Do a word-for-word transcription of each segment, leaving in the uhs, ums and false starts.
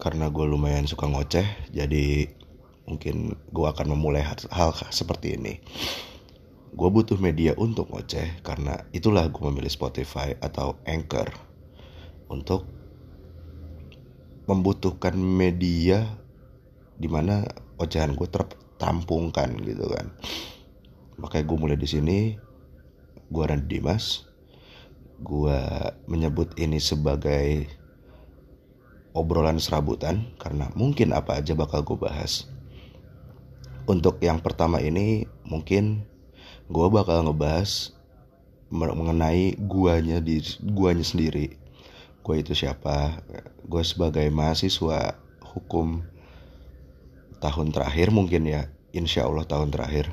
karena gue lumayan suka ngoceh, jadi mungkin gue akan memulai hal seperti ini. Gue butuh media untuk ngoceh, karena itulah gue memilih Spotify atau Anchor untuk membutuhkan media dimana ocehan gue tertampungkan gitu kan. Makanya gue mulai di sini. Gue Randy Dimas. Gue menyebut ini sebagai obrolan serabutan karena mungkin apa aja bakal gue bahas. Untuk yang pertama ini mungkin gue bakal ngebahas mengenai guanya di guanya sendiri. Gue itu siapa? Gue sebagai mahasiswa hukum tahun terakhir mungkin ya, insya Allah tahun terakhir,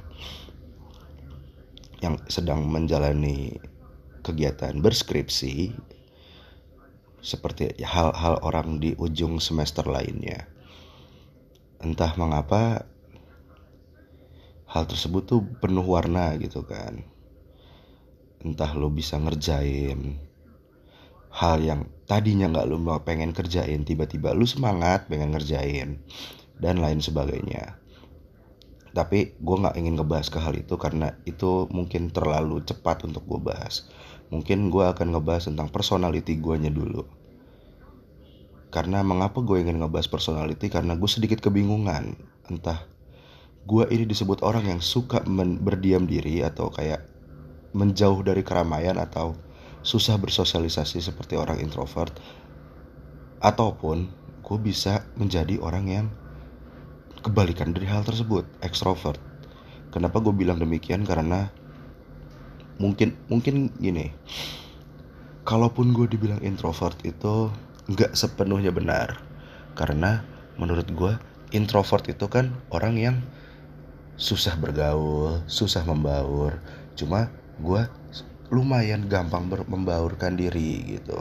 yang sedang menjalani kegiatan berskripsi seperti hal-hal orang di ujung semester lainnya. Entah mengapa hal tersebut tuh penuh warna gitu kan. Entah lo bisa ngerjain hal yang tadinya gak lo mau pengen kerjain, tiba-tiba lo semangat pengen ngerjain dan lain sebagainya. Tapi gue gak ingin ngebahas ke hal itu karena itu mungkin terlalu cepat untuk gue bahas. Mungkin gue akan ngebahas tentang personality guanya dulu. Karena mengapa gue ingin ngebahas personality? Karena gue sedikit kebingungan. Entah gue ini disebut orang yang suka men- berdiam diri atau kayak menjauh dari keramaian, atau susah bersosialisasi seperti orang introvert, ataupun gue bisa menjadi orang yang kebalikan dari hal tersebut, extrovert. Kenapa gue bilang demikian? Karena mungkin mungkin gini, kalaupun gue dibilang introvert itu nggak sepenuhnya benar, karena menurut gue introvert itu kan orang yang susah bergaul, susah membaur. Cuma gue lumayan gampang ber- membaurkan diri gitu.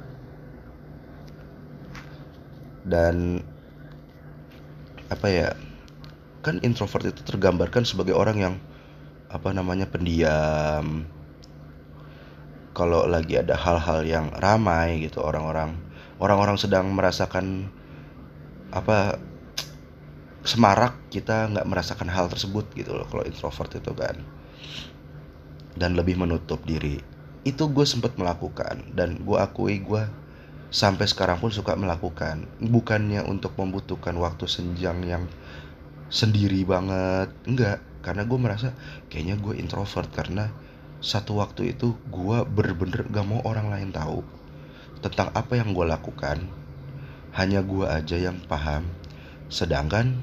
Dan apa ya, kan introvert itu tergambarkan sebagai orang yang apa namanya pendiam. Kalau lagi ada hal-hal yang ramai gitu, orang-orang orang-orang sedang merasakan apa semarak, kita nggak merasakan hal tersebut gitu loh kalau introvert itu kan. Dan lebih menutup diri. Itu gue sempat melakukan, dan gue akui gue sampai sekarang pun suka melakukan. Bukannya untuk membutuhkan waktu senjang yang sendiri banget, enggak, karena gue merasa kayaknya gue introvert karena satu waktu itu gue bener-bener gak mau orang lain tahu tentang apa yang gue lakukan, hanya gue aja yang paham. Sedangkan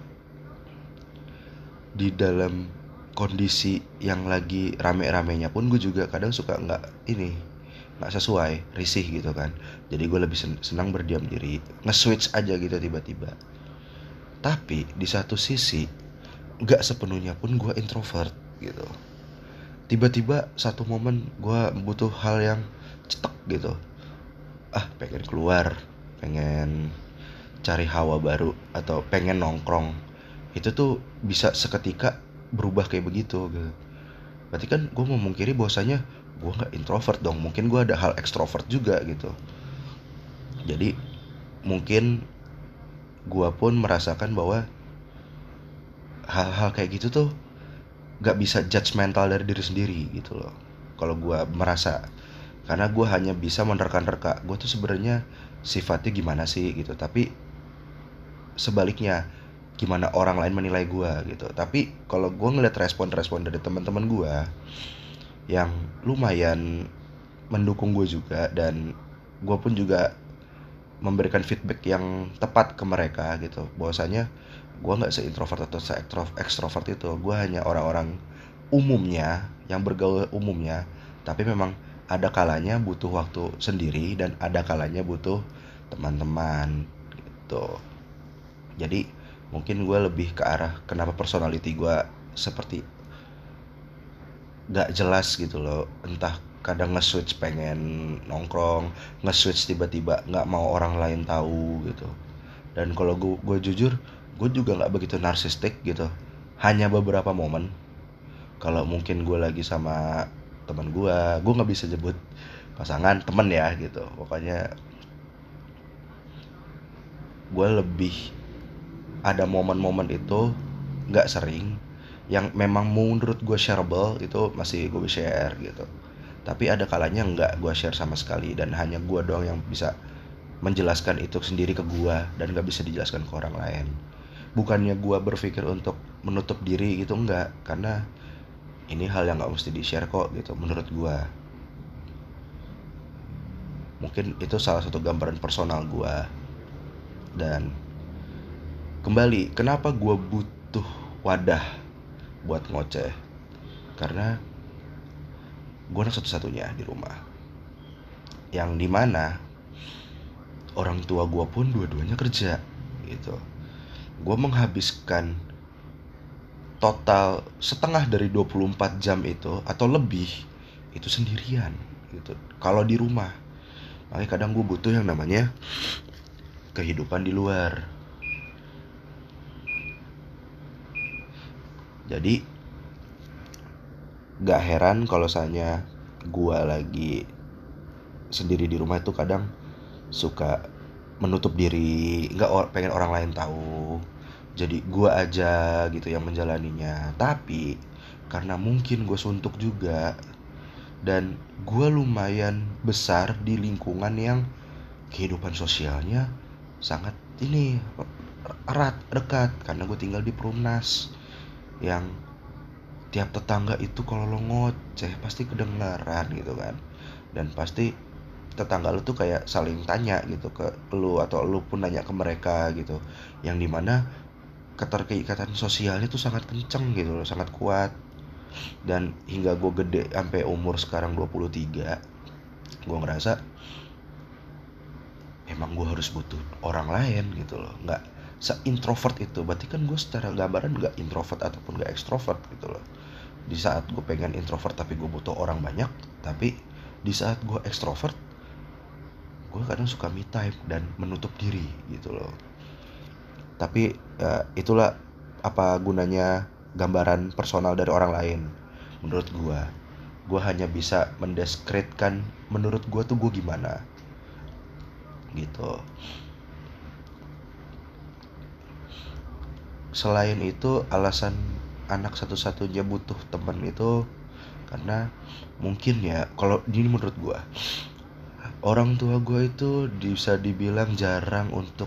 di dalam kondisi yang lagi rame-ramenya pun gue juga kadang suka gak ini gak sesuai, risih gitu kan. Jadi gue lebih senang berdiam diri, nge-switch aja gitu tiba-tiba. Tapi di satu sisi gak sepenuhnya pun gue introvert gitu. Tiba-tiba satu momen gue butuh hal yang cetek gitu. Ah pengen keluar, pengen cari hawa baru, atau pengen nongkrong. Itu tuh bisa seketika berubah kayak begitu gitu. Berarti kan gue memungkiri bahwasanya gue gak introvert dong. Mungkin gue ada hal ekstrovert juga gitu. Jadi mungkin gue pun merasakan bahwa hal-hal kayak gitu tuh gak bisa judgmental dari diri sendiri gitu loh. Kalau gue merasa, karena gue hanya bisa menerka-nerka gue tuh sebenarnya sifatnya gimana sih gitu. Tapi sebaliknya, gimana orang lain menilai gue gitu. Tapi kalau gue ngeliat respon-respon dari teman-teman gue yang lumayan mendukung gue juga, dan gue pun juga memberikan feedback yang tepat ke mereka gitu, bahwasanya gue nggak se-introvert atau se-extrovert itu. Gue hanya orang-orang umumnya yang bergaul umumnya, tapi memang ada kalanya butuh waktu sendiri dan ada kalanya butuh teman-teman gitu. Jadi mungkin gue lebih ke arah kenapa personality gue seperti gak jelas gitu loh. Entah kadang nge-switch pengen nongkrong, nge-switch tiba-tiba gak mau orang lain tahu gitu. Dan kalau gue, gue jujur, gue juga gak begitu narsistik gitu. Hanya beberapa momen. Kalau mungkin gue lagi sama teman gue, gue gak bisa sebut pasangan, temen ya gitu. Pokoknya gue lebih ada momen-momen itu, nggak sering, yang memang menurut gue shareable itu masih gue share gitu. Tapi ada kalanya nggak gue share sama sekali, dan hanya gue doang yang bisa menjelaskan itu sendiri ke gue, dan nggak bisa dijelaskan ke orang lain. Bukannya gue berpikir untuk menutup diri gitu, enggak, karena ini hal yang nggak mesti di share kok gitu menurut gue. Mungkin itu salah satu gambaran personal gue. Dan kembali, kenapa gue butuh wadah buat ngoceh? Karena gue anak satu-satunya di rumah, yang dimana orang tua gue pun dua-duanya kerja gitu. Gue menghabiskan total setengah dari dua puluh empat jam itu atau lebih itu sendirian gitu kalau di rumah. Makanya kadang gue butuh yang namanya kehidupan di luar. Jadi gak heran kalau misalnya gue lagi sendiri di rumah itu kadang suka menutup diri, gak or- pengen orang lain tahu. Jadi gue aja gitu yang menjalaninya. Tapi karena mungkin gue suntuk juga, dan gue lumayan besar di lingkungan yang kehidupan sosialnya sangat ini erat, dekat, karena gue tinggal di Perumnas yang tiap tetangga itu kalau lo ngoceh pasti kedengaran gitu kan. Dan pasti tetangga lu tuh kayak saling tanya gitu ke lu, atau lu pun nanya ke mereka gitu, yang dimana keterikatan sosialnya tuh sangat kenceng gitu loh, sangat kuat. Dan hingga gue gede sampai umur sekarang dua puluh tiga, gue ngerasa emang gue harus butuh orang lain gitu loh. Nggak se-introvert itu, berarti kan gue secara gambaran nggak introvert ataupun nggak ekstrovert gitu loh. Di saat gue pengen introvert tapi gue butuh orang banyak, tapi di saat gue ekstrovert gue kadang suka me time dan menutup diri gitu loh. Tapi ya, itulah apa gunanya gambaran personal dari orang lain. Menurut gue, gue hanya bisa mendeskripsikan menurut gue tuh gue gimana gitu. Selain itu, alasan anak satu-satunya butuh teman itu karena mungkin ya, kalau ini menurut gue, orang tua gue itu bisa dibilang jarang untuk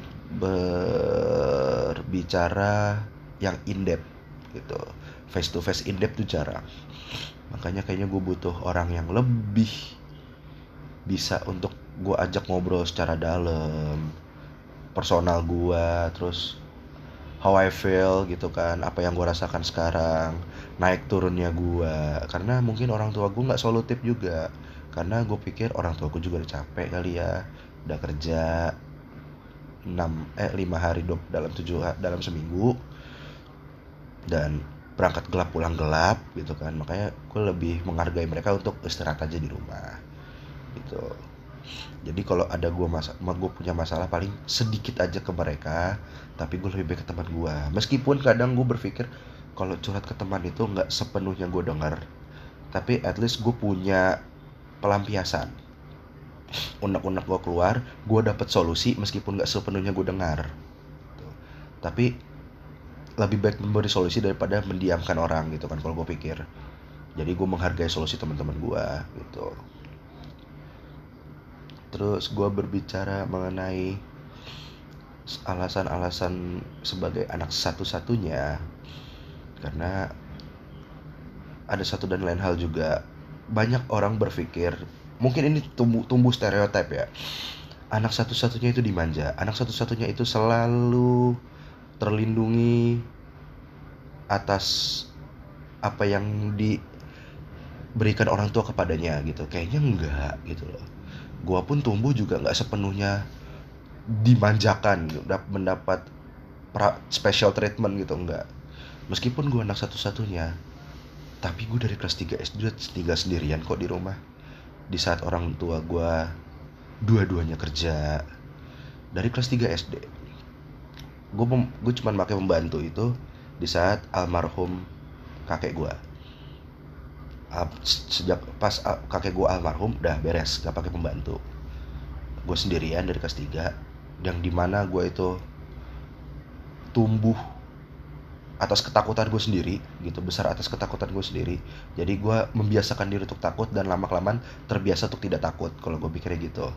berbicara yang in-depth gitu. Face to face in-depth tuh jarang. Makanya kayaknya gue butuh orang yang lebih bisa untuk gue ajak ngobrol secara dalam, personal gue, terus how I feel gitu kan, apa yang gue rasakan sekarang, naik turunnya gue. Karena mungkin orang tua gue gak solutif juga, karena gue pikir orang tua gue juga udah capek kali ya, udah kerja enam eh lima hari dua, dalam tujuh dalam seminggu, dan berangkat gelap pulang gelap gitu kan. Makanya gue lebih menghargai mereka untuk istirahat aja di rumah gitu. Jadi kalau ada gue masalah, gue punya masalah paling sedikit aja ke mereka, tapi gue lebih baik ke teman gue. Meskipun kadang gue berpikir kalau curhat ke teman itu nggak sepenuhnya gue dengar, tapi at least gue punya pelampiasan. Unek-unek gue keluar, gue dapet solusi meskipun nggak sepenuhnya gue dengar. Tapi lebih baik memberi solusi daripada mendiamkan orang gitu kan kalau gue pikir. Jadi gue menghargai solusi teman-teman gue gitu. Terus gue berbicara mengenai alasan-alasan sebagai anak satu-satunya, karena ada satu dan lain hal juga. Banyak orang berpikir, mungkin ini tumbuh, tumbuh stereotip ya, anak satu-satunya itu dimanja, anak satu-satunya itu selalu terlindungi atas apa yang diberikan orang tua kepadanya gitu. Kayaknya enggak gitu loh. Gua pun tumbuh juga nggak sepenuhnya dimanjakan gitu, mendapat pra, special treatment gitu, enggak. Meskipun gua anak satu-satunya, tapi gue dari kelas tiga S D tinggal sendirian kok di rumah. Di saat orang tua gua dua-duanya kerja. Dari kelas tiga S D gue gue cuma pakai pembantu itu di saat almarhum kakek gue. Sejak pas kakek gue almarhum udah beres, gak pakai pembantu. Gue sendirian dari kelas tiga, yang dimana gue itu tumbuh atas ketakutan gue sendiri gitu, besar atas ketakutan gue sendiri. Jadi gue membiasakan diri untuk takut dan lama-kelamaan terbiasa untuk tidak takut, kalau gue pikirnya gitu.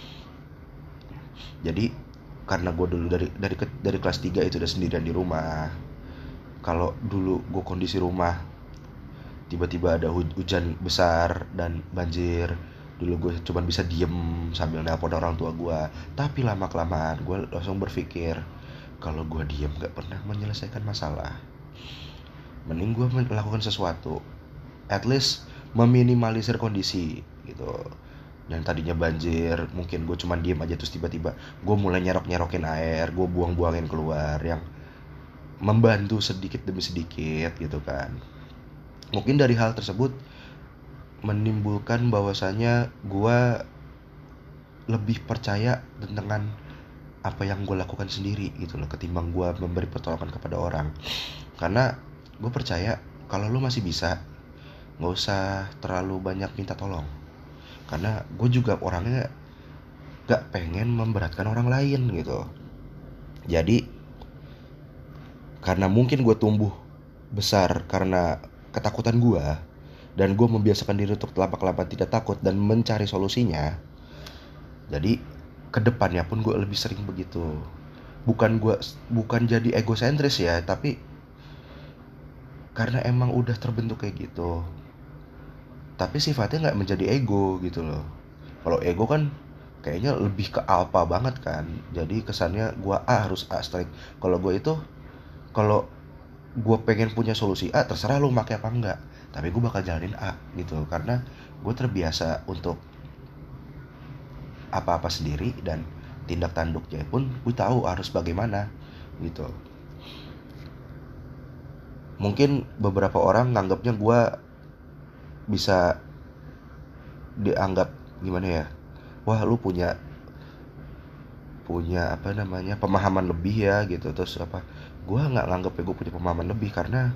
Jadi karena gue dulu dari dari dari kelas tiga itu udah sendirian di rumah. Kalau dulu gue kondisi rumah tiba-tiba ada hujan besar dan banjir, dulu gue cuma bisa diem sambil nelpon orang tua gue. Tapi lama-kelamaan gue langsung berpikir, kalau gue diem gak pernah menyelesaikan masalah, mending gue melakukan sesuatu, at least meminimalisir kondisi gitu. Yang tadinya banjir, mungkin gue cuma diem aja terus tiba-tiba gue mulai nyerok-nyerokin air, gue buang-buangin keluar, yang membantu sedikit demi sedikit gitu kan. Mungkin dari hal tersebut menimbulkan bahwasanya gue lebih percaya dengan apa yang gue lakukan sendiri gitu loh, ketimbang gue memberi pertolongan kepada orang. Karena gue percaya kalau lo masih bisa, gak usah terlalu banyak minta tolong. Karena gue juga orangnya gak pengen memberatkan orang lain gitu. Jadi karena mungkin gue tumbuh besar karena ketakutan gue, dan gue membiasakan diri untuk lama-kelamaan tidak takut dan mencari solusinya. Jadi kedepannya pun gue lebih sering begitu. Bukan gue bukan jadi egosentris ya, tapi karena emang udah terbentuk kayak gitu. Tapi sifatnya nggak menjadi ego gitu loh. Kalau ego kan kayaknya lebih ke alpha banget kan. Jadi kesannya gue A harus A strike. Kalau gue itu, kalau gue pengen punya solusi A, terserah lu pakai apa enggak, tapi gue bakal jalanin A gitu. Karena gue terbiasa untuk apa-apa sendiri, dan tindak tanduknya pun gue tahu harus bagaimana gitu. Mungkin beberapa orang nganggapnya gue bisa dianggap gimana ya, wah lu punya punya apa namanya pemahaman lebih ya gitu. Terus apa, gue nggak nganggap ya gue punya pemahaman lebih, karena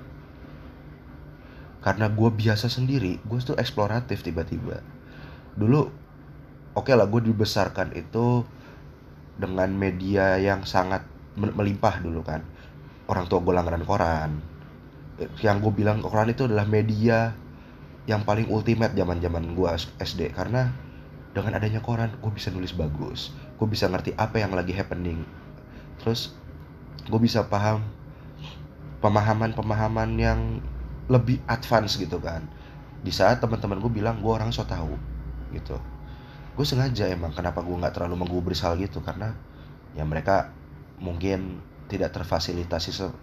karena gue biasa sendiri. Gue tuh eksploratif tiba-tiba. Dulu oke okay lah, gue dibesarkan itu dengan media yang sangat melimpah dulu kan. Orang tua gue langganan koran. Yang gue bilang koran itu adalah media yang paling ultimate zaman-zaman gue S D. Karena dengan adanya koran, gue bisa nulis bagus, gue bisa ngerti apa yang lagi happening. Terus gue bisa paham pemahaman-pemahaman yang lebih advance gitu kan. Di saat teman-teman gue bilang gue orang so tahu gitu, gue sengaja emang kenapa gue nggak terlalu menggubris hal gitu, karena ya mereka mungkin tidak terfasilitasi se,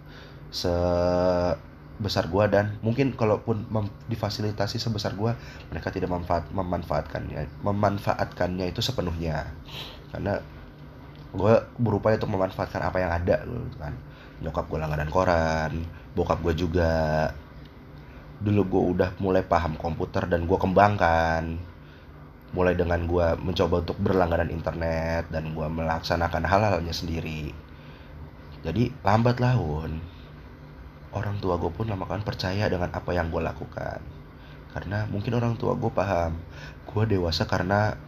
sebesar gue, dan mungkin kalaupun mem, difasilitasi sebesar gue, mereka tidak memanfaat, memanfaatkannya memanfaatkannya itu sepenuhnya. Karena gue berupaya untuk memanfaatkan apa yang ada gitu kan. Nyokap gue langganan koran, bokap gue juga. Dulu gue udah mulai paham komputer dan gue kembangkan, mulai dengan gue mencoba untuk berlangganan internet dan gue melaksanakan hal-halnya sendiri. Jadi lambat laun orang tua gue pun lama-kelamaan percaya dengan apa yang gue lakukan. Karena mungkin orang tua gue paham gue dewasa karena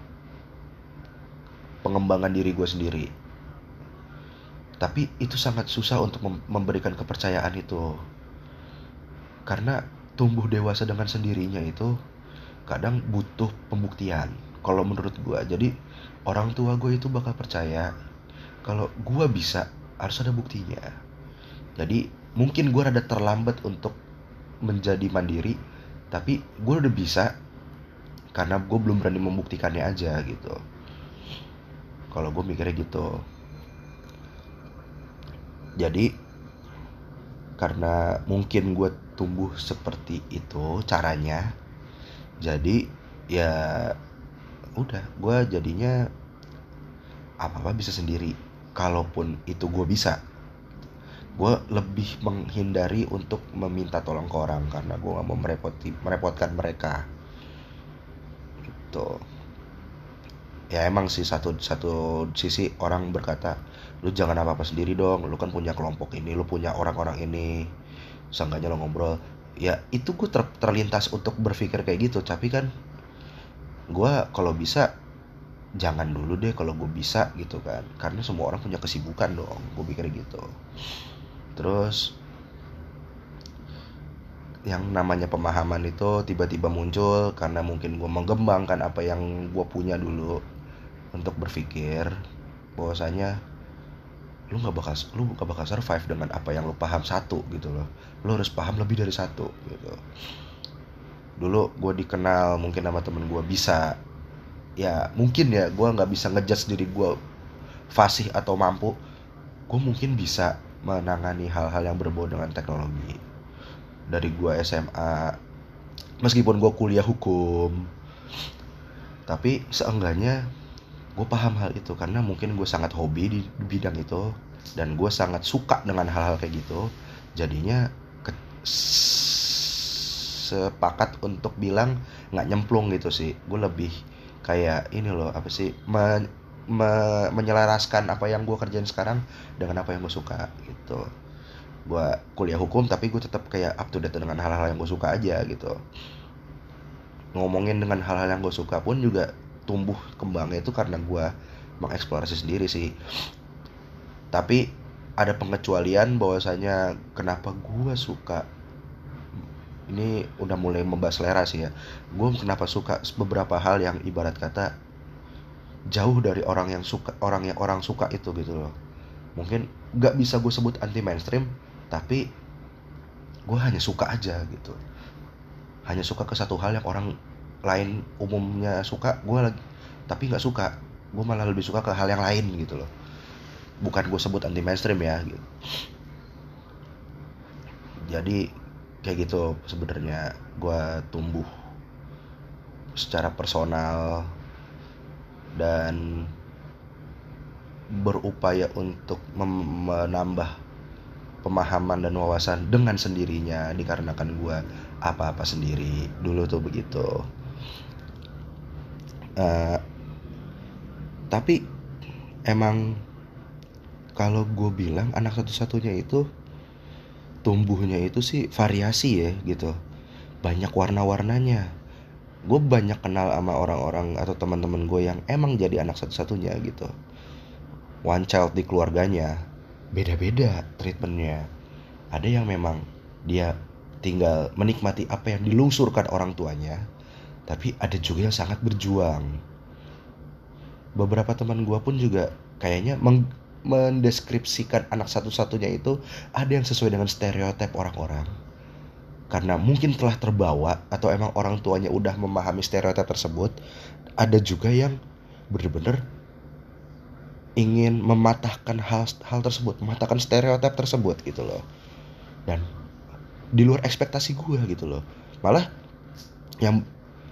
pengembangan diri gue sendiri. Tapi itu sangat susah untuk memberikan kepercayaan itu, karena tumbuh dewasa dengan sendirinya itu kadang butuh pembuktian kalau menurut gue. Jadi orang tua gue itu bakal percaya kalau gue bisa, harus ada buktinya. Jadi mungkin gue rada terlambat untuk menjadi mandiri, tapi gue udah bisa karena gue belum berani membuktikannya aja gitu. Kalau gue mikirnya gitu. Jadi karena mungkin gue tumbuh seperti itu caranya, jadi ya udah, gue jadinya apa-apa bisa sendiri. Kalaupun itu gue bisa, gue lebih menghindari untuk meminta tolong ke orang, karena gue gak mau merepoti, merepotkan mereka gitu. Ya emang sih satu satu sisi orang berkata, lu jangan apa-apa sendiri dong, lu kan punya kelompok ini, lu punya orang-orang ini, seenggaknya lo ngobrol. Ya itu gue ter, terlintas untuk berpikir kayak gitu. Tapi kan gue kalau bisa jangan dulu deh kalau gue bisa gitu kan, karena semua orang punya kesibukan dong, gue pikir gitu. Terus yang namanya pemahaman itu tiba-tiba muncul karena mungkin gue mengembangkan apa yang gue punya dulu untuk berpikir bahwasanya lu nggak bakal lu nggak bakal survive dengan apa yang lu paham satu gitu loh. Lu harus paham lebih dari satu gitu. Dulu gue dikenal mungkin sama temen gue bisa, ya mungkin ya gue nggak bisa ngejudge diri gue fasih atau mampu. Gue mungkin bisa menangani hal-hal yang berbau dengan teknologi dari gue S M A, meskipun gue kuliah hukum, tapi seenggaknya gue paham hal itu karena mungkin gue sangat hobi di bidang itu dan gue sangat suka dengan hal-hal kayak gitu. Jadinya ke, sepakat untuk bilang nggak nyemplung gitu sih. Gue lebih kayak ini loh, apa sih, me, me, menyelaraskan apa yang gue kerjain sekarang dengan apa yang gue suka gitu. Gue kuliah hukum tapi gue tetap kayak up to date dengan hal-hal yang gue suka aja gitu. Ngomongin dengan hal-hal yang gue suka pun juga tumbuh kembangnya itu karena gue mengeksplorasi sendiri sih. Tapi ada pengecualian bahwasanya kenapa gue suka, ini udah mulai membahas selera sih ya. Gue kenapa suka beberapa hal yang ibarat kata jauh dari orang yang suka, orang yang orang suka itu gitu loh. Mungkin nggak bisa gue sebut anti mainstream, tapi gue hanya suka aja gitu. Hanya suka ke satu hal yang orang lain umumnya suka, gue lagi tapi nggak suka. Gue malah lebih suka ke hal yang lain gitu loh. Bukan gue sebut anti mainstream ya gitu. Jadi kayak gitu sebenarnya gue tumbuh secara personal dan berupaya untuk mem- menambah pemahaman dan wawasan dengan sendirinya dikarenakan gue apa-apa sendiri dulu tuh begitu. Uh, tapi emang kalau gue bilang anak satu-satunya itu tumbuhnya itu sih variasi ya gitu, banyak warna-warnanya. Gue banyak kenal sama orang-orang atau teman-teman gue yang emang jadi anak satu-satunya gitu, one child di keluarganya, beda-beda treatmentnya. Ada yang memang dia tinggal menikmati apa yang dilungsurkan orang tuanya, tapi ada juga yang sangat berjuang. Beberapa teman gue pun juga kayaknya meng- mendeskripsikan anak satu-satunya itu ada yang sesuai dengan stereotip orang-orang karena mungkin telah terbawa atau emang orang tuanya udah memahami stereotip tersebut. Ada juga yang benar-benar ingin mematahkan hal hal tersebut, mematahkan stereotip tersebut gitu loh. Dan di luar ekspektasi gue gitu loh. Malah yang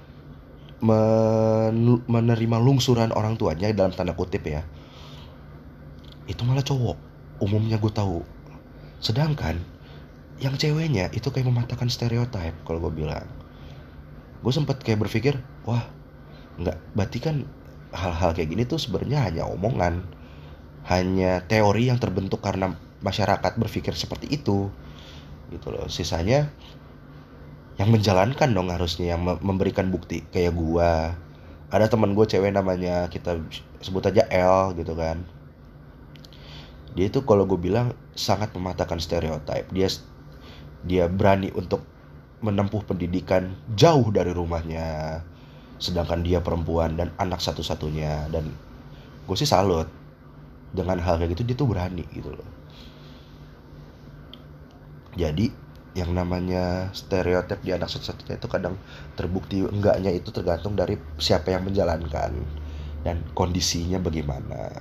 men- menerima lungsuran orang tuanya dalam tanda kutip ya, itu malah cowok. Umumnya gue tahu. Sedangkan yang ceweknya itu kayak mematahkan stereotip kalau gue bilang. Gue sempat kayak berpikir, wah, nggak, berarti kan hal-hal kayak gini tuh sebenarnya hanya omongan, hanya teori yang terbentuk karena masyarakat berpikir seperti itu, gitu loh. Sisanya yang menjalankan dong harusnya, yang memberikan bukti. Kayak gue, ada teman gue cewek namanya kita sebut aja L gitu kan. Dia itu kalau gue bilang sangat mematahkan stereotip. Dia dia berani untuk menempuh pendidikan jauh dari rumahnya, sedangkan dia perempuan dan anak satu-satunya. Dan gue sih salut dengan hal kayak gitu, dia tuh berani gitu loh. Jadi yang namanya stereotip di anak satu-satunya itu kadang terbukti enggaknya itu tergantung dari siapa yang menjalankan dan kondisinya bagaimana.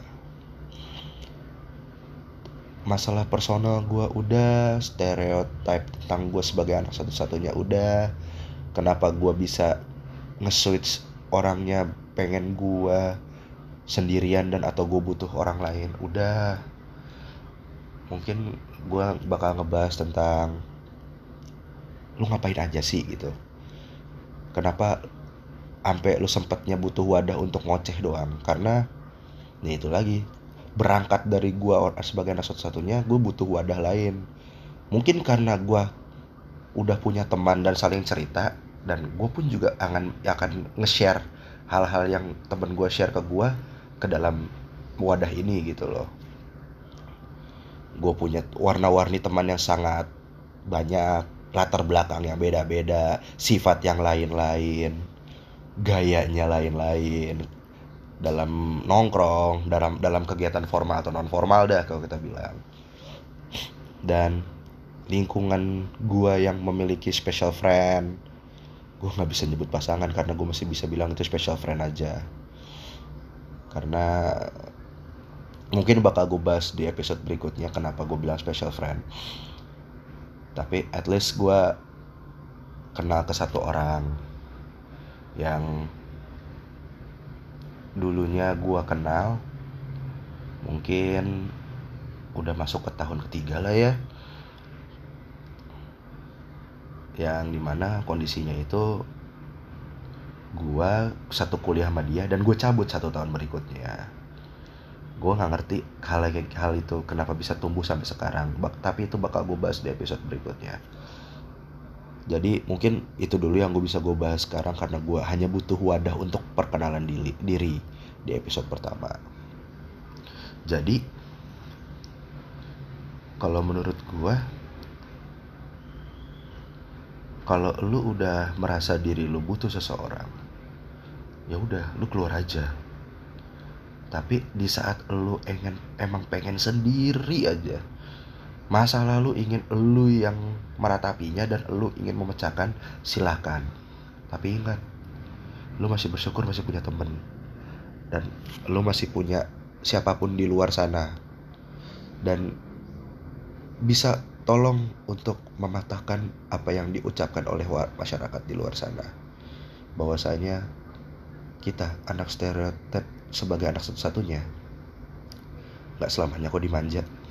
Masalah personal gue udah, stereotip tentang gue sebagai anak satu-satunya udah, kenapa gue bisa nge-switch orangnya pengen gue sendirian dan atau gue butuh orang lain udah. Mungkin gue bakal ngebahas tentang lu ngapain aja sih gitu, kenapa sampai lu sempatnya butuh wadah untuk ngoceh doang. Karena nih itu lagi, berangkat dari gue sebagai anak satu-satunya, gue butuh wadah lain. Mungkin karena gue udah punya teman dan saling cerita, dan gue pun juga akan akan nge-share hal-hal yang temen gue share ke gue ke dalam wadah ini gitu loh. gue punya warna-warni teman yang sangat banyak, latar belakang yang beda-beda, sifat yang lain-lain, gayanya lain-lain, dalam nongkrong, dalam dalam kegiatan formal atau non formal dah kalau kita bilang. Dan lingkungan gue yang memiliki special friend, gue nggak bisa nyebut pasangan karena gue masih bisa bilang itu special friend aja, karena mungkin bakal gue bahas di episode berikutnya kenapa gue bilang special friend. Tapi at least gue kenal ke satu orang yang dulunya gue kenal, mungkin udah masuk ke tahun ketiga lah ya, yang dimana kondisinya itu gue satu kuliah sama dia dan gue cabut satu tahun berikutnya. Gue nggak ngerti hal hal itu kenapa bisa tumbuh sampai sekarang, Bak, tapi itu bakal gue bahas di episode berikutnya. Jadi mungkin itu dulu yang gue bisa gue bahas sekarang, karena gue hanya butuh wadah untuk perkenalan diri, diri di episode pertama. Jadi kalau menurut gue, kalau lu udah merasa diri lu butuh seseorang, ya udah lu keluar aja. Tapi di saat lu ingin, emang pengen sendiri aja, masa lalu ingin lu yang meratapinya dan lu ingin memecahkan, silakan. Tapi ingat, lu masih bersyukur masih punya temen, dan lu masih punya siapapun di luar sana, dan bisa tolong untuk mematahkan apa yang diucapkan oleh masyarakat di luar sana, bahwasanya kita anak stereotip sebagai anak satu-satunya gak selamanya kok dimanja.